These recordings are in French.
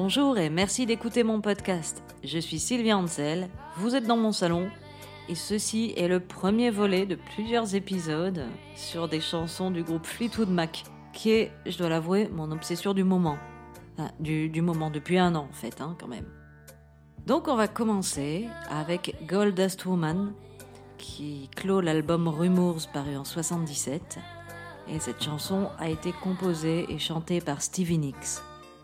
Bonjour et merci d'écouter mon podcast. Je suis Sylvia Ansel, vous êtes dans mon salon et ceci est le premier volet de plusieurs épisodes sur des chansons du groupe Fleetwood Mac, qui est, je dois l'avouer, mon obsession du moment. Enfin, du moment, depuis un an en fait, quand même. Donc on va commencer avec Goldust Woman, qui clôt l'album Rumours paru en 77. Et cette chanson a été composée et chantée par Stevie Nicks.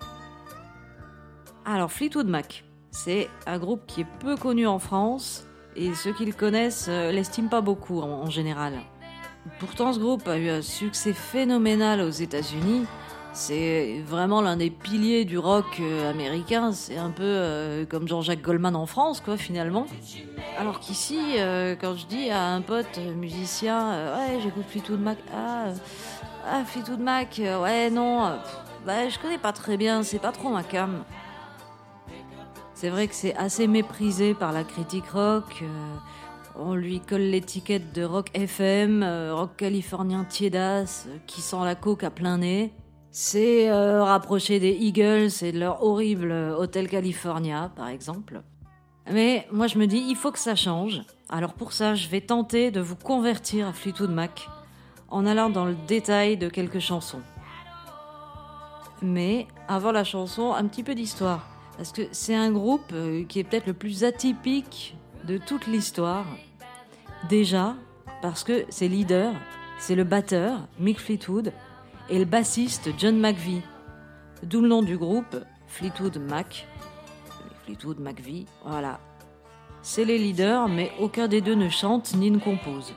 Alors Fleetwood Mac, c'est un groupe qui est peu connu en France et ceux qui le connaissent l'estiment pas beaucoup en général. Pourtant ce groupe a eu un succès phénoménal aux États-Unis. C'est vraiment l'un des piliers du rock américain. C'est un peu comme Jean-Jacques Goldman en France, quoi, finalement. Alors qu'ici, quand je dis à un pote musicien, ouais, j'écoute Fleetwood Mac, Fleetwood Mac, ouais, non, je connais pas très bien, c'est pas trop ma came. C'est vrai que c'est assez méprisé par la critique rock. On lui colle l'étiquette de rock FM, rock californien tiédasse, qui sent la coke à plein nez. C'est rapproché des Eagles et de leur horrible Hotel California, par exemple. Mais moi je me dis, il faut que ça change. Alors pour ça, je vais tenter de vous convertir à Fleetwood Mac en allant dans le détail de quelques chansons. Mais avant la chanson, un petit peu d'histoire. Parce que c'est un groupe qui est peut-être le plus atypique de toute l'histoire. Déjà, parce que ses leaders, c'est le batteur, Mick Fleetwood, et le bassiste, John McVie. D'où le nom du groupe, Fleetwood Mac. Fleetwood McVie, voilà. C'est les leaders, mais aucun des deux ne chante ni ne compose.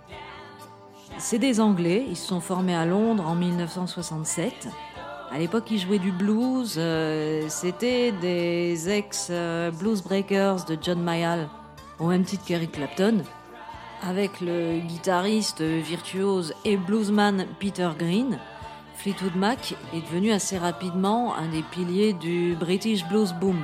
C'est des Anglais, ils se sont formés à Londres en 1967. À l'époque, ils jouaient du blues, c'était des ex-blues breakers de John Mayall, au même titre qu'Eric Clapton, avec le guitariste virtuose et bluesman Peter Green. Fleetwood Mac est devenu assez rapidement un des piliers du British Blues Boom.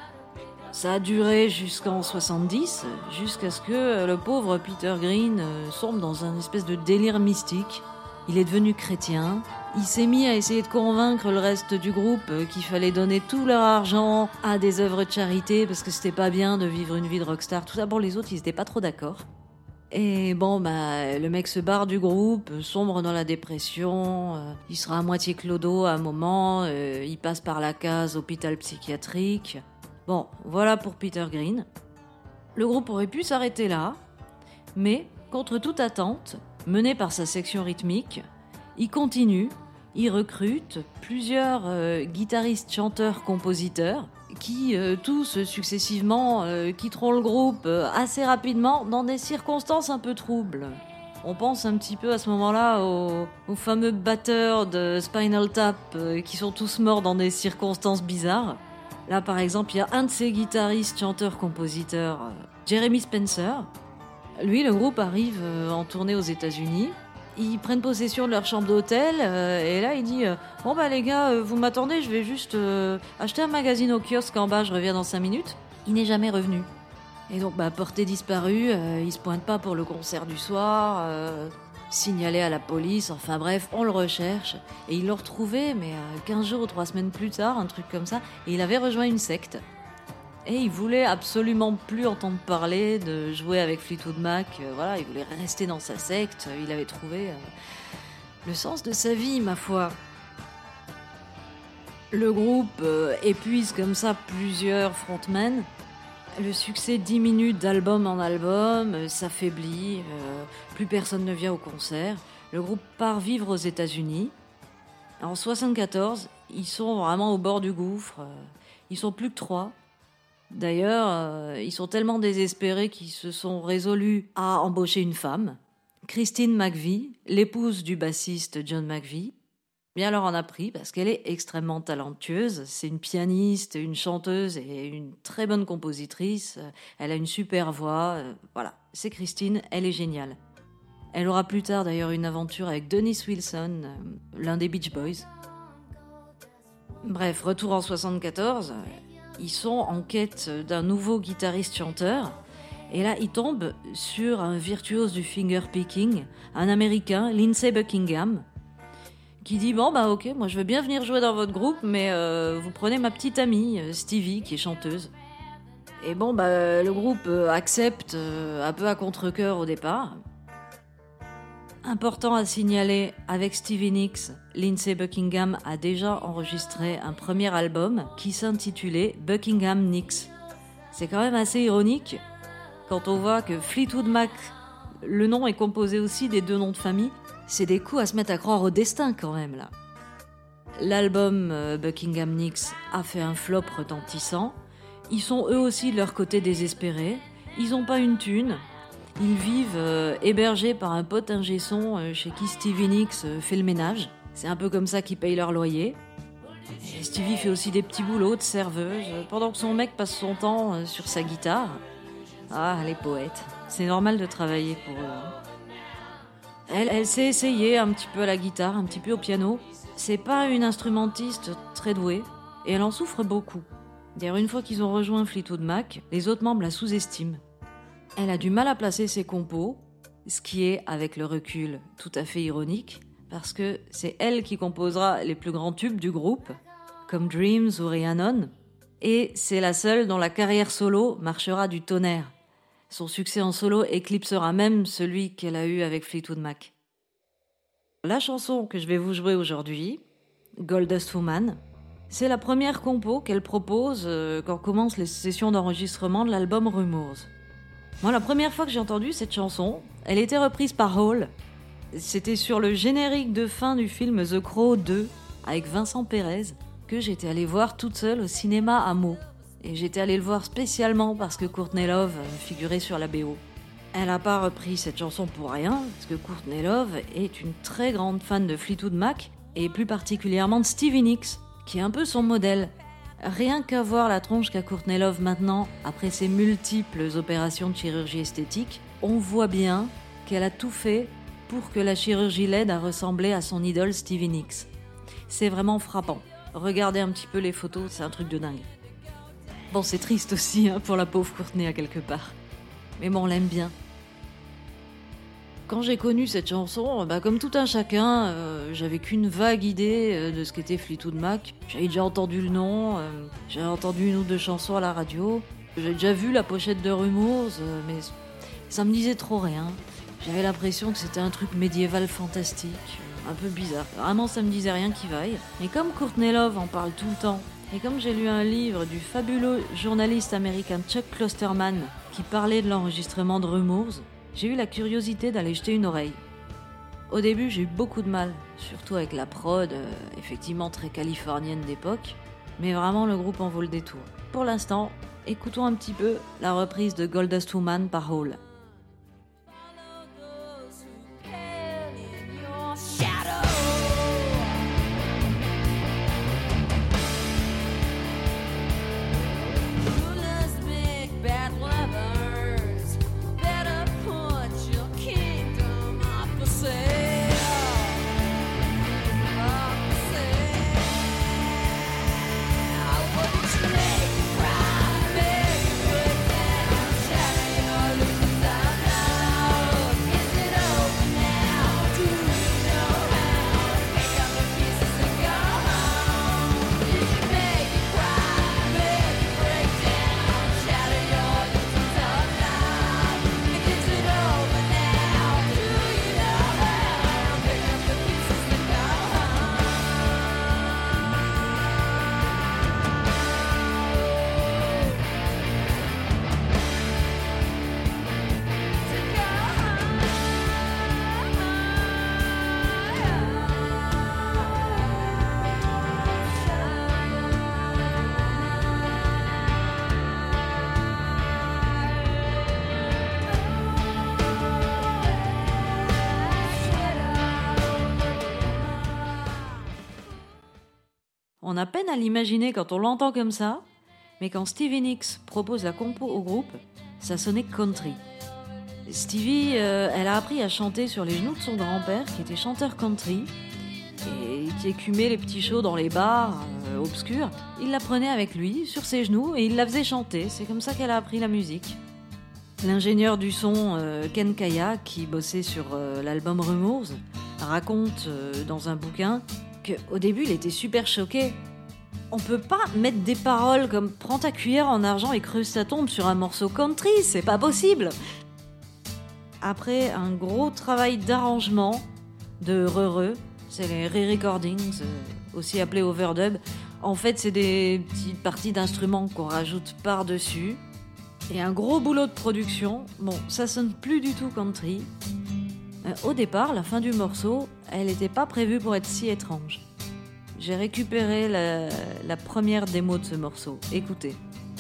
Ça a duré jusqu'en 70, jusqu'à ce que le pauvre Peter Green sombre dans un espèce de délire mystique. Il est devenu chrétien. Il s'est mis à essayer de convaincre le reste du groupe qu'il fallait donner tout leur argent à des œuvres de charité parce que c'était pas bien de vivre une vie de rockstar. Tout ça, pour les autres, ils étaient pas trop d'accord. Et bon, le mec se barre du groupe, sombre dans la dépression, il sera à moitié clodo à un moment, il passe par la case hôpital psychiatrique. Bon, voilà pour Peter Green. Le groupe aurait pu s'arrêter là, mais contre toute attente, mené par sa section rythmique, il continue, il recrute plusieurs guitaristes, chanteurs, compositeurs qui tous successivement quitteront le groupe assez rapidement dans des circonstances un peu troubles. On pense un petit peu à ce moment-là aux fameux batteurs de Spinal Tap qui sont tous morts dans des circonstances bizarres. Là par exemple, il y a un de ces guitaristes, chanteurs, compositeurs, Jeremy Spencer. Lui, le groupe arrive en tournée aux États-Unis. Ils prennent possession de leur chambre d'hôtel et là il dit bon les gars, vous m'attendez, je vais juste acheter un magazine au kiosque en bas, je reviens dans 5 minutes. Il n'est jamais revenu. Et donc porté disparu, il se pointe pas pour le concert du soir, signalé à la police, enfin bref, on le recherche et ils l'ont retrouvé, mais 15 jours ou 3 semaines plus tard, un truc comme ça, et il avait rejoint une secte. Et il voulait absolument plus entendre parler de jouer avec Fleetwood Mac. Il voulait rester dans sa secte. Il avait trouvé le sens de sa vie, ma foi. Le groupe épuise comme ça plusieurs frontmen. Le succès diminue d'album en album, s'affaiblit. Plus personne ne vient au concert. Le groupe part vivre aux États-Unis. En 74, ils sont vraiment au bord du gouffre. Ils sont plus que 3. D'ailleurs, ils sont tellement désespérés qu'ils se sont résolus à embaucher une femme, Christine McVie, l'épouse du bassiste John McVie. Bien leur en a pris parce qu'elle est extrêmement talentueuse. C'est une pianiste, une chanteuse et une très bonne compositrice. Elle a une super voix. Voilà, c'est Christine, elle est géniale. Elle aura plus tard d'ailleurs une aventure avec Dennis Wilson, l'un des Beach Boys. Bref, retour en 74... Ils sont en quête d'un nouveau guitariste-chanteur. Et là, ils tombent sur un virtuose du fingerpicking, un Américain, Lindsey Buckingham, qui dit bon bah ok, moi je veux bien venir jouer dans votre groupe, mais vous prenez ma petite amie Stevie qui est chanteuse. Et bon bah le groupe accepte un peu à contre-cœur au départ. Important à signaler, avec Stevie Nicks, Lindsey Buckingham a déjà enregistré un premier album qui s'intitulait Buckingham Nicks. C'est quand même assez ironique quand on voit que Fleetwood Mac, le nom est composé aussi des deux noms de famille. C'est des coups à se mettre à croire au destin quand même là. L'album Buckingham Nicks a fait un flop retentissant. Ils sont eux aussi de leur côté désespérés. Ils n'ont pas une thune. Ils vivent hébergés par un pote ingé son chez qui Stevie Nicks fait le ménage. C'est un peu comme ça qu'ils payent leur loyer. Et Stevie fait aussi des petits boulots de serveuse pendant que son mec passe son temps sur sa guitare. Ah, les poètes. C'est normal de travailler pour eux. Elle s'est essayée un petit peu à la guitare, un petit peu au piano. C'est pas une instrumentiste très douée et elle en souffre beaucoup. D'ailleurs, une fois qu'ils ont rejoint Fleetwood Mac, les autres membres la sous-estiment. Elle a du mal à placer ses compos, ce qui est, avec le recul, tout à fait ironique, parce que c'est elle qui composera les plus grands tubes du groupe, comme Dreams ou Rhiannon, et c'est la seule dont la carrière solo marchera du tonnerre. Son succès en solo éclipsera même celui qu'elle a eu avec Fleetwood Mac. La chanson que je vais vous jouer aujourd'hui, Goldust Woman, c'est la première compo qu'elle propose quand commencent les sessions d'enregistrement de l'album Rumours. Moi, la première fois que j'ai entendu cette chanson, elle était reprise par Hole. C'était sur le générique de fin du film The Crow 2, avec Vincent Pérez, que j'étais allée voir toute seule au cinéma à Meaux. Et j'étais allée le voir spécialement parce que Courtney Love figurait sur la BO. Elle n'a pas repris cette chanson pour rien, parce que Courtney Love est une très grande fan de Fleetwood Mac, et plus particulièrement de Stevie Nicks, qui est un peu son modèle. Rien qu'à voir la tronche qu'a Courtney Love maintenant, après ses multiples opérations de chirurgie esthétique, on voit bien qu'elle a tout fait pour que la chirurgie l'aide à ressembler à son idole Stevie Nicks. C'est vraiment frappant. Regardez un petit peu les photos, c'est un truc de dingue. Bon, c'est triste aussi pour la pauvre Courtney à quelque part. Mais bon, on l'aime bien. Quand j'ai connu cette chanson, comme tout un chacun, j'avais qu'une vague idée de ce qu'était Fleetwood Mac. J'avais déjà entendu le nom, j'avais entendu une ou deux chansons à la radio. J'avais déjà vu la pochette de Rumours, mais ça me disait trop rien. J'avais l'impression que c'était un truc médiéval fantastique, un peu bizarre. Vraiment, ça me disait rien qui vaille. Et comme Courtney Love en parle tout le temps, et comme j'ai lu un livre du fabuleux journaliste américain Chuck Klosterman qui parlait de l'enregistrement de Rumours, j'ai eu la curiosité d'aller jeter une oreille. Au début, j'ai eu beaucoup de mal, surtout avec la prod, effectivement très californienne d'époque, mais vraiment le groupe en vaut le détour. Pour l'instant, écoutons un petit peu la reprise de Goldust Woman par Hole. On a peine à l'imaginer quand on l'entend comme ça, mais quand Stevie Nicks propose la compo au groupe, ça sonnait country. Stevie, elle a appris à chanter sur les genoux de son grand-père, qui était chanteur country, et qui écumait les petits shows dans les bars obscurs. Il la prenait avec lui, sur ses genoux, et il la faisait chanter. C'est comme ça qu'elle a appris la musique. L'ingénieur du son, Ken Kaya, qui bossait sur l'album Rumours, raconte dans un bouquin qu'au début, il était super choqué. On peut pas mettre des paroles comme « Prends ta cuillère en argent et creuse ta tombe » sur un morceau country, c'est pas possible. Après un gros travail d'arrangement, de re-re, c'est les re-recordings, aussi appelés overdub. En fait, c'est des petites parties d'instruments qu'on rajoute par-dessus. Et un gros boulot de production. Bon, ça sonne plus du tout country. Au départ, la fin du morceau, elle n'était pas prévue pour être si étrange. J'ai récupéré la première démo de ce morceau. Écoutez.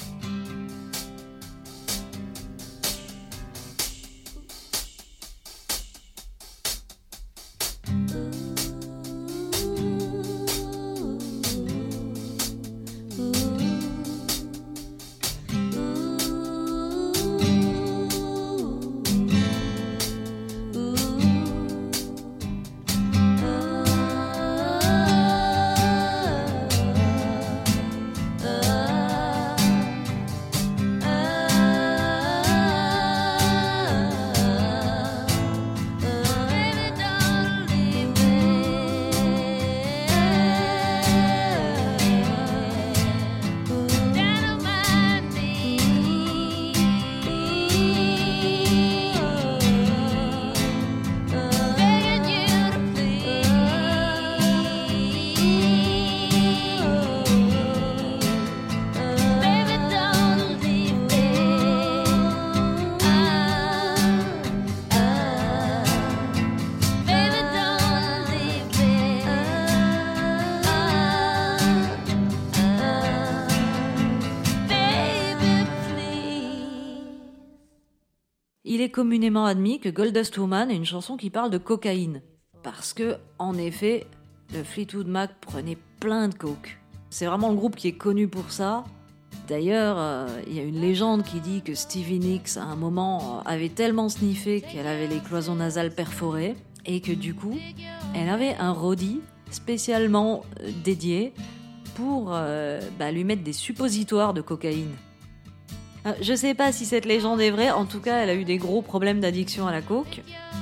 Il est communément admis que Goldust Woman est une chanson qui parle de cocaïne. Parce que, en effet, le Fleetwood Mac prenait plein de coke. C'est vraiment le groupe qui est connu pour ça. D'ailleurs, il y a une légende qui dit que Stevie Nicks, à un moment, avait tellement sniffé qu'elle avait les cloisons nasales perforées et que du coup, elle avait un roadie spécialement dédié pour lui mettre des suppositoires de cocaïne. Je sais pas si cette légende est vraie, en tout cas elle a eu des gros problèmes d'addiction à la coke.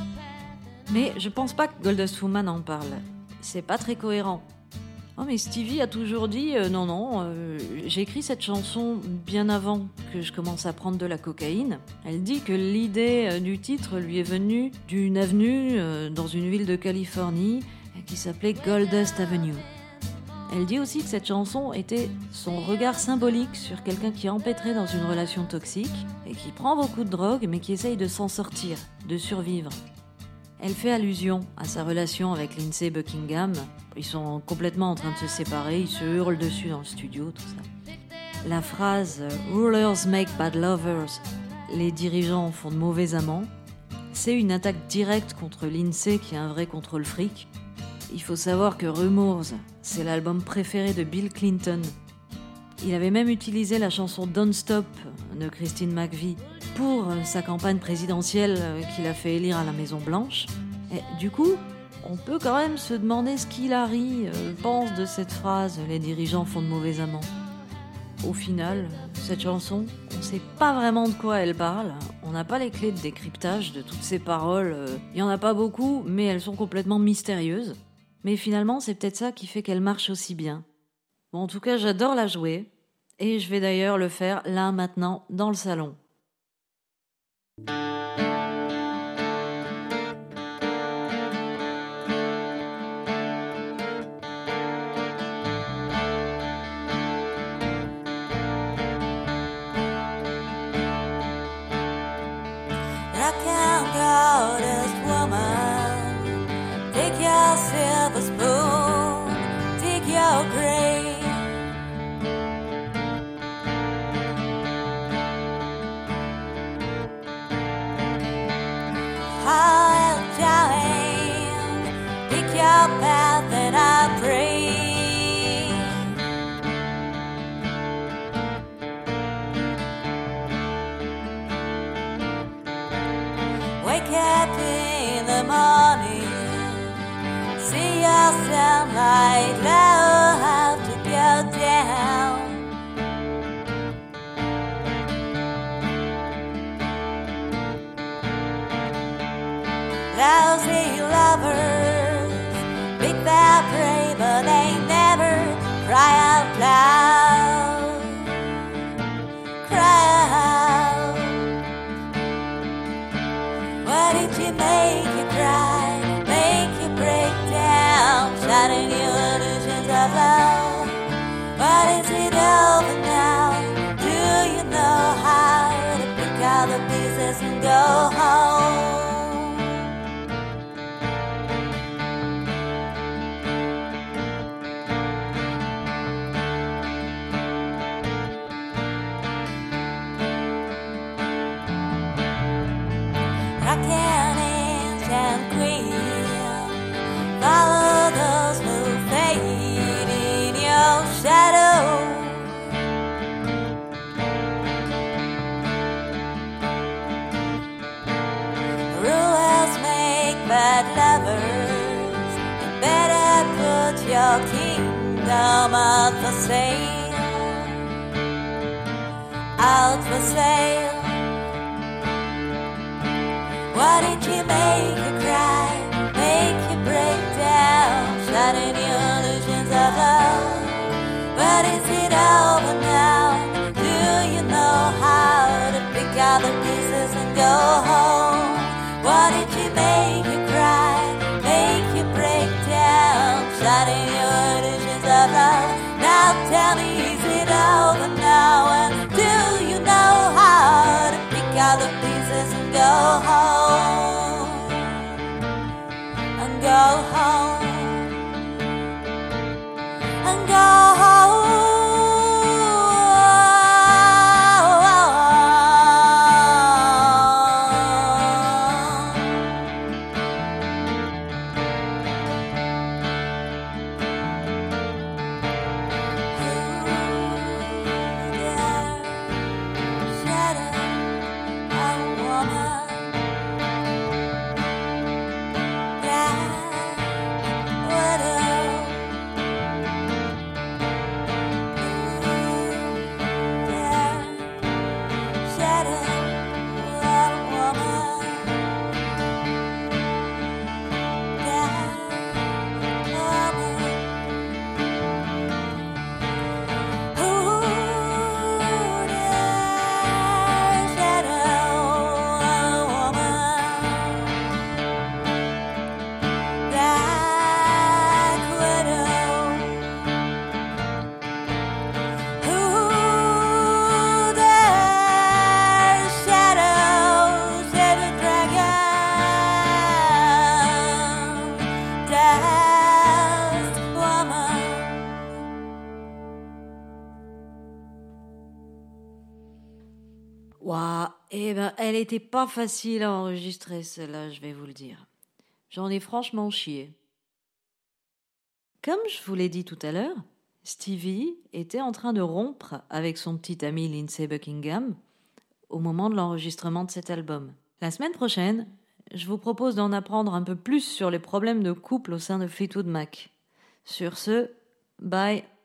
Mais je pense pas que Goldust Woman en parle. C'est pas très cohérent. Oh mais Stevie a toujours dit non, j'ai écrit cette chanson bien avant que je commence à prendre de la cocaïne. Elle dit que l'idée du titre lui est venue d'une avenue dans une ville de Californie qui s'appelait Goldust Avenue. Elle dit aussi que cette chanson était son regard symbolique sur quelqu'un qui est empêtré dans une relation toxique et qui prend beaucoup de drogue mais qui essaye de s'en sortir, de survivre. Elle fait allusion à sa relation avec Lindsey Buckingham. Ils sont complètement en train de se séparer, ils se hurlent dessus dans le studio, tout ça. La phrase « Rulers make bad lovers », les dirigeants font de mauvais amants, c'est une attaque directe contre Lindsey qui a un vrai contrôle fric. Il faut savoir que Rumours, c'est l'album préféré de Bill Clinton. Il avait même utilisé la chanson Don't Stop de Christine McVie pour sa campagne présidentielle qu'il a fait élire à la Maison Blanche. Et du coup, on peut quand même se demander ce qu'Hillary pense de cette phrase « Les dirigeants font de mauvais amants ». Au final, cette chanson, on ne sait pas vraiment de quoi elle parle. On n'a pas les clés de décryptage de toutes ces paroles. Il n'y en a pas beaucoup, mais elles sont complètement mystérieuses. Mais finalement, c'est peut-être ça qui fait qu'elle marche aussi bien. Bon, en tout cas, j'adore la jouer. Et je vais d'ailleurs le faire là, maintenant, dans le salon. Rock and goddess woman, take your silver spoon, take your grave. I'll time, pick your path and I pray. Wake up in the morning, see your sunlight, love how to go down. Lousy lover, did you make you cry, make you break down, shattered your illusions of love? But is it over now? Do you know how to pick out the pieces and go home? Rock and ancient queen, follow those who fade in your shadow. Rulers make bad lovers. You better put your kingdom out for sale. Out for sale. Why did you make you cry, make you break down, shatter your illusions of love? But is it over now? Do you know how to pick out the pieces and go home? Why did you make you cry, make you break down, shatter your illusions of love? Now tell me, is it over now? And do you know how to pick out the pieces and go home? And go home. And go home. Waouh, eh ben, elle était pas facile à enregistrer, celle-là, je vais vous le dire. J'en ai franchement chié. Comme je vous l'ai dit tout à l'heure, Stevie était en train de rompre avec son petit ami Lindsey Buckingham au moment de l'enregistrement de cet album. La semaine prochaine, je vous propose d'en apprendre un peu plus sur les problèmes de couple au sein de Fleetwood Mac. Sur ce, bye.